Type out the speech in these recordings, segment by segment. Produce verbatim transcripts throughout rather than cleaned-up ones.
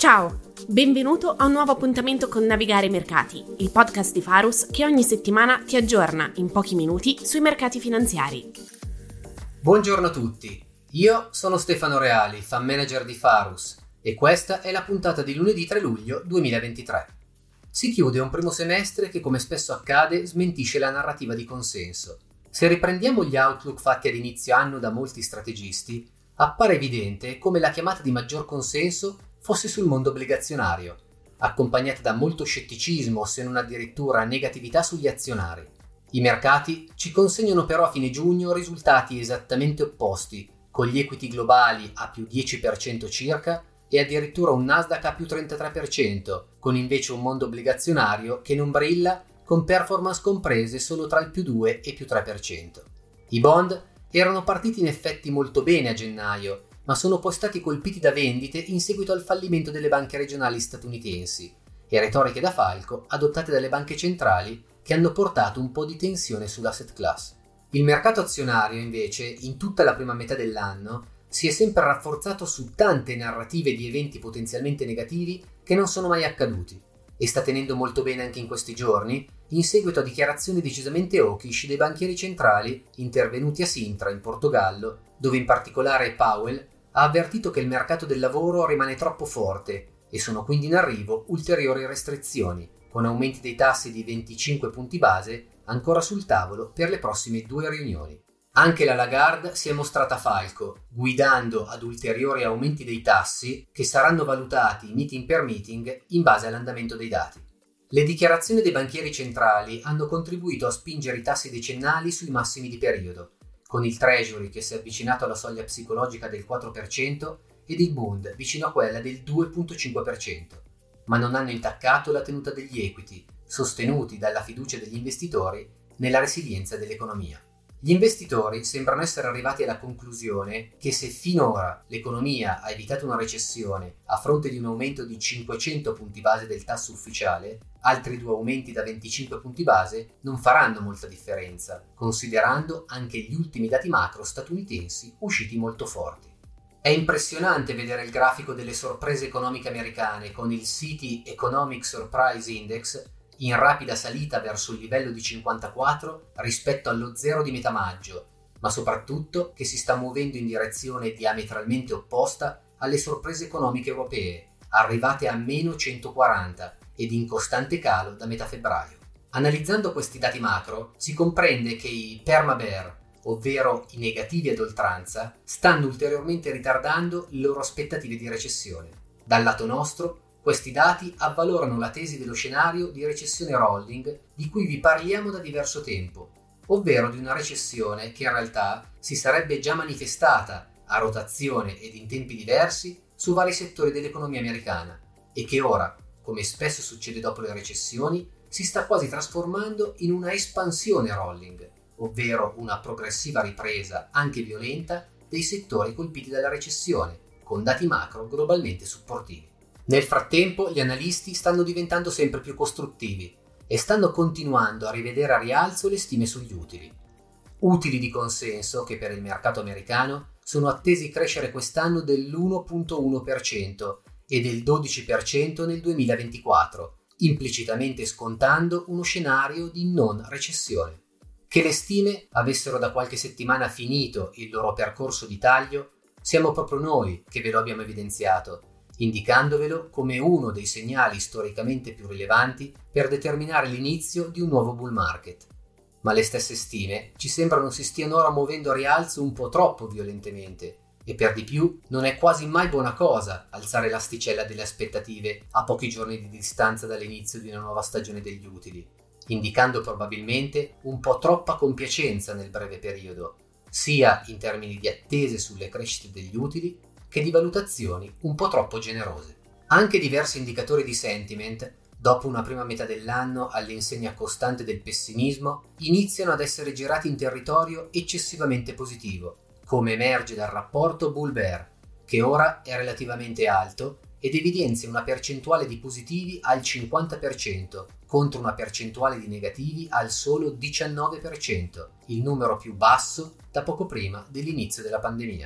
Ciao, benvenuto a un nuovo appuntamento con Navigare i Mercati, il podcast di Farus che ogni settimana ti aggiorna in pochi minuti sui mercati finanziari. Buongiorno a tutti, io sono Stefano Reali, fan manager di Farus e questa è la puntata di lunedì tre luglio duemilaventitré. Si chiude un primo semestre che, come spesso accade, smentisce la narrativa di consenso. Se riprendiamo gli outlook fatti ad inizio anno da molti strategisti, appare evidente come la chiamata di maggior consenso fosse sul mondo obbligazionario, accompagnata da molto scetticismo, se non addirittura negatività sugli azionari. I mercati ci consegnano però a fine giugno risultati esattamente opposti, con gli equity globali a più dieci per cento circa e addirittura un Nasdaq a più trentatré per cento, con invece un mondo obbligazionario che non brilla, con performance comprese solo tra il più due e più tre per cento. I bond erano partiti in effetti molto bene a gennaio, ma sono poi stati colpiti da vendite in seguito al fallimento delle banche regionali statunitensi e retoriche da falco adottate dalle banche centrali che hanno portato un po' di tensione sull'asset class. Il mercato azionario, invece, in tutta la prima metà dell'anno, si è sempre rafforzato su tante narrative di eventi potenzialmente negativi che non sono mai accaduti e sta tenendo molto bene anche in questi giorni, in seguito a dichiarazioni decisamente hawkish dei banchieri centrali intervenuti a Sintra in Portogallo, dove in particolare Powell ha avvertito che il mercato del lavoro rimane troppo forte e sono quindi in arrivo ulteriori restrizioni, con aumenti dei tassi di venticinque punti base ancora sul tavolo per le prossime due riunioni. Anche la Lagarde si è mostrata falco, guidando ad ulteriori aumenti dei tassi che saranno valutati meeting per meeting in base all'andamento dei dati. Le dichiarazioni dei banchieri centrali hanno contribuito a spingere i tassi decennali sui massimi di periodo, con il Treasury che si è avvicinato alla soglia psicologica del quattro per cento ed il Bund vicino a quella del due virgola cinque per cento, ma non hanno intaccato la tenuta degli equity, sostenuti dalla fiducia degli investitori nella resilienza dell'economia. Gli investitori sembrano essere arrivati alla conclusione che se finora l'economia ha evitato una recessione a fronte di un aumento di cinquecento punti base del tasso ufficiale, altri due aumenti da venticinque punti base non faranno molta differenza, considerando anche gli ultimi dati macro statunitensi usciti molto forti. È impressionante vedere il grafico delle sorprese economiche americane con il Citi Economic Surprise Index in rapida salita verso il livello di cinquantaquattro rispetto allo zero di metà maggio, ma soprattutto che si sta muovendo in direzione diametralmente opposta alle sorprese economiche europee, arrivate a meno centoquaranta ed in costante calo da metà febbraio. Analizzando questi dati macro, si comprende che i perma-bear, ovvero i negativi ad oltranza, stanno ulteriormente ritardando le loro aspettative di recessione. Dal lato nostro, questi dati avvalorano la tesi dello scenario di recessione rolling di cui vi parliamo da diverso tempo, ovvero di una recessione che in realtà si sarebbe già manifestata a rotazione ed in tempi diversi su vari settori dell'economia americana e che ora, come spesso succede dopo le recessioni, si sta quasi trasformando in una espansione rolling, ovvero una progressiva ripresa, anche violenta, dei settori colpiti dalla recessione, con dati macro globalmente supportivi. Nel frattempo, gli analisti stanno diventando sempre più costruttivi e stanno continuando a rivedere a rialzo le stime sugli utili. Utili di consenso che per il mercato americano sono attesi crescere quest'anno dell'uno virgola uno per cento e del dodici per cento nel duemilaventiquattro, implicitamente scontando uno scenario di non recessione. Che le stime avessero da qualche settimana finito il loro percorso di taglio, siamo proprio noi che ve lo abbiamo evidenziato, indicandovelo come uno dei segnali storicamente più rilevanti per determinare l'inizio di un nuovo bull market. Ma le stesse stime ci sembrano si stiano ora muovendo a rialzo un po' troppo violentemente e per di più non è quasi mai buona cosa alzare l'asticella delle aspettative a pochi giorni di distanza dall'inizio di una nuova stagione degli utili, indicando probabilmente un po' troppa compiacenza nel breve periodo, sia in termini di attese sulle crescite degli utili che di valutazioni un po' troppo generose. Anche diversi indicatori di sentiment, dopo una prima metà dell'anno all'insegna costante del pessimismo, iniziano ad essere girati in territorio eccessivamente positivo, come emerge dal rapporto Bull-Bear, che ora è relativamente alto ed evidenzia una percentuale di positivi al cinquanta per cento contro una percentuale di negativi al solo diciannove per cento, il numero più basso da poco prima dell'inizio della pandemia.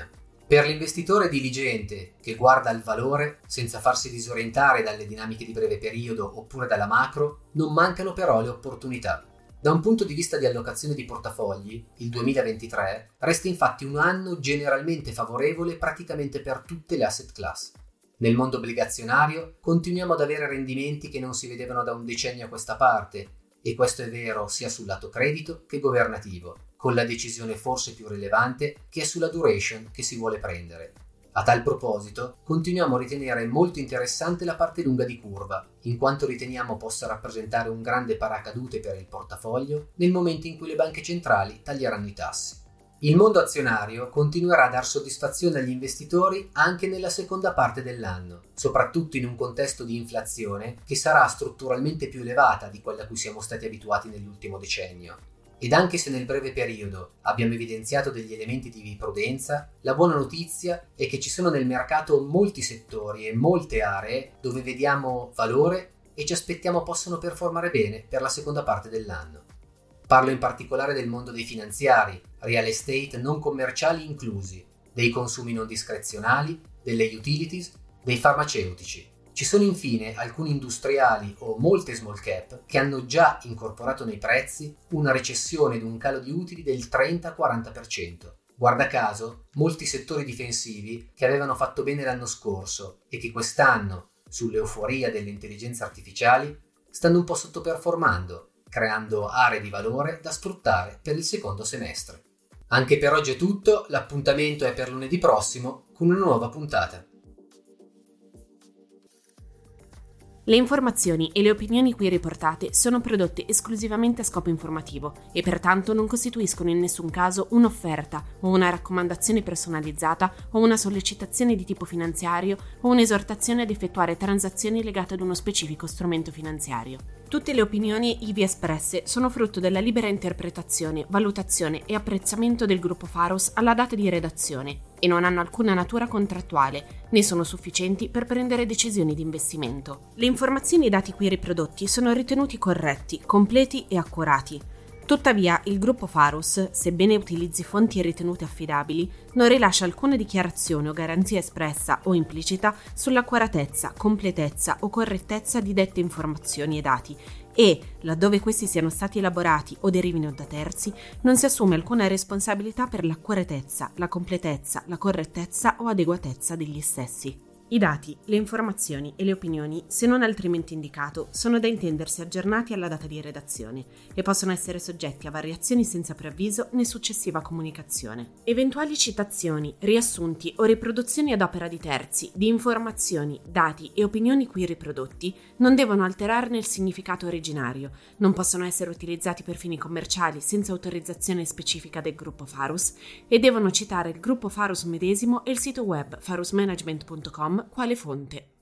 Per l'investitore diligente che guarda al valore senza farsi disorientare dalle dinamiche di breve periodo oppure dalla macro, non mancano però le opportunità. Da un punto di vista di allocazione di portafogli, il duemilaventitré resta infatti un anno generalmente favorevole praticamente per tutte le asset class. Nel mondo obbligazionario continuiamo ad avere rendimenti che non si vedevano da un decennio a questa parte, e questo è vero sia sul lato credito che governativo, con la decisione forse più rilevante che è sulla duration che si vuole prendere. A tal proposito, continuiamo a ritenere molto interessante la parte lunga di curva, in quanto riteniamo possa rappresentare un grande paracadute per il portafoglio nel momento in cui le banche centrali taglieranno i tassi. Il mondo azionario continuerà a dar soddisfazione agli investitori anche nella seconda parte dell'anno, soprattutto in un contesto di inflazione che sarà strutturalmente più elevata di quella a cui siamo stati abituati nell'ultimo decennio. Ed anche se nel breve periodo abbiamo evidenziato degli elementi di prudenza, la buona notizia è che ci sono nel mercato molti settori e molte aree dove vediamo valore e ci aspettiamo possano performare bene per la seconda parte dell'anno. Parlo in particolare del mondo dei finanziari, real estate non commerciali inclusi, dei consumi non discrezionali, delle utilities, dei farmaceutici. Ci sono infine alcuni industriali o molte small cap che hanno già incorporato nei prezzi una recessione ed un calo di utili del trenta-quaranta per cento. Guarda caso, molti settori difensivi che avevano fatto bene l'anno scorso e che quest'anno, sull'euforia delle intelligenze artificiali, stanno un po' sottoperformando, creando aree di valore da sfruttare per il secondo semestre. Anche per oggi è tutto, l'appuntamento è per lunedì prossimo con una nuova puntata. Le informazioni e le opinioni qui riportate sono prodotte esclusivamente a scopo informativo e pertanto non costituiscono in nessun caso un'offerta o una raccomandazione personalizzata o una sollecitazione di tipo finanziario o un'esortazione ad effettuare transazioni legate ad uno specifico strumento finanziario. Tutte le opinioni ivi espresse sono frutto della libera interpretazione, valutazione e apprezzamento del gruppo Pharos alla data di redazione e non hanno alcuna natura contrattuale, né sono sufficienti per prendere decisioni di investimento. Le informazioni e i dati qui riprodotti sono ritenuti corretti, completi e accurati. Tuttavia, il gruppo Pharos, sebbene utilizzi fonti ritenute affidabili, non rilascia alcuna dichiarazione o garanzia espressa o implicita sull'accuratezza, completezza o correttezza di dette informazioni e dati e, laddove questi siano stati elaborati o derivino da terzi, non si assume alcuna responsabilità per l'accuratezza, la completezza, la correttezza o adeguatezza degli stessi. I dati, le informazioni e le opinioni, se non altrimenti indicato, sono da intendersi aggiornati alla data di redazione e possono essere soggetti a variazioni senza preavviso né successiva comunicazione. Eventuali citazioni, riassunti o riproduzioni ad opera di terzi di informazioni, dati e opinioni qui riprodotti non devono alterarne il significato originario, non possono essere utilizzati per fini commerciali senza autorizzazione specifica del gruppo Pharos e devono citare il gruppo Pharos medesimo e il sito web pharosmanagement punto com quale fonte.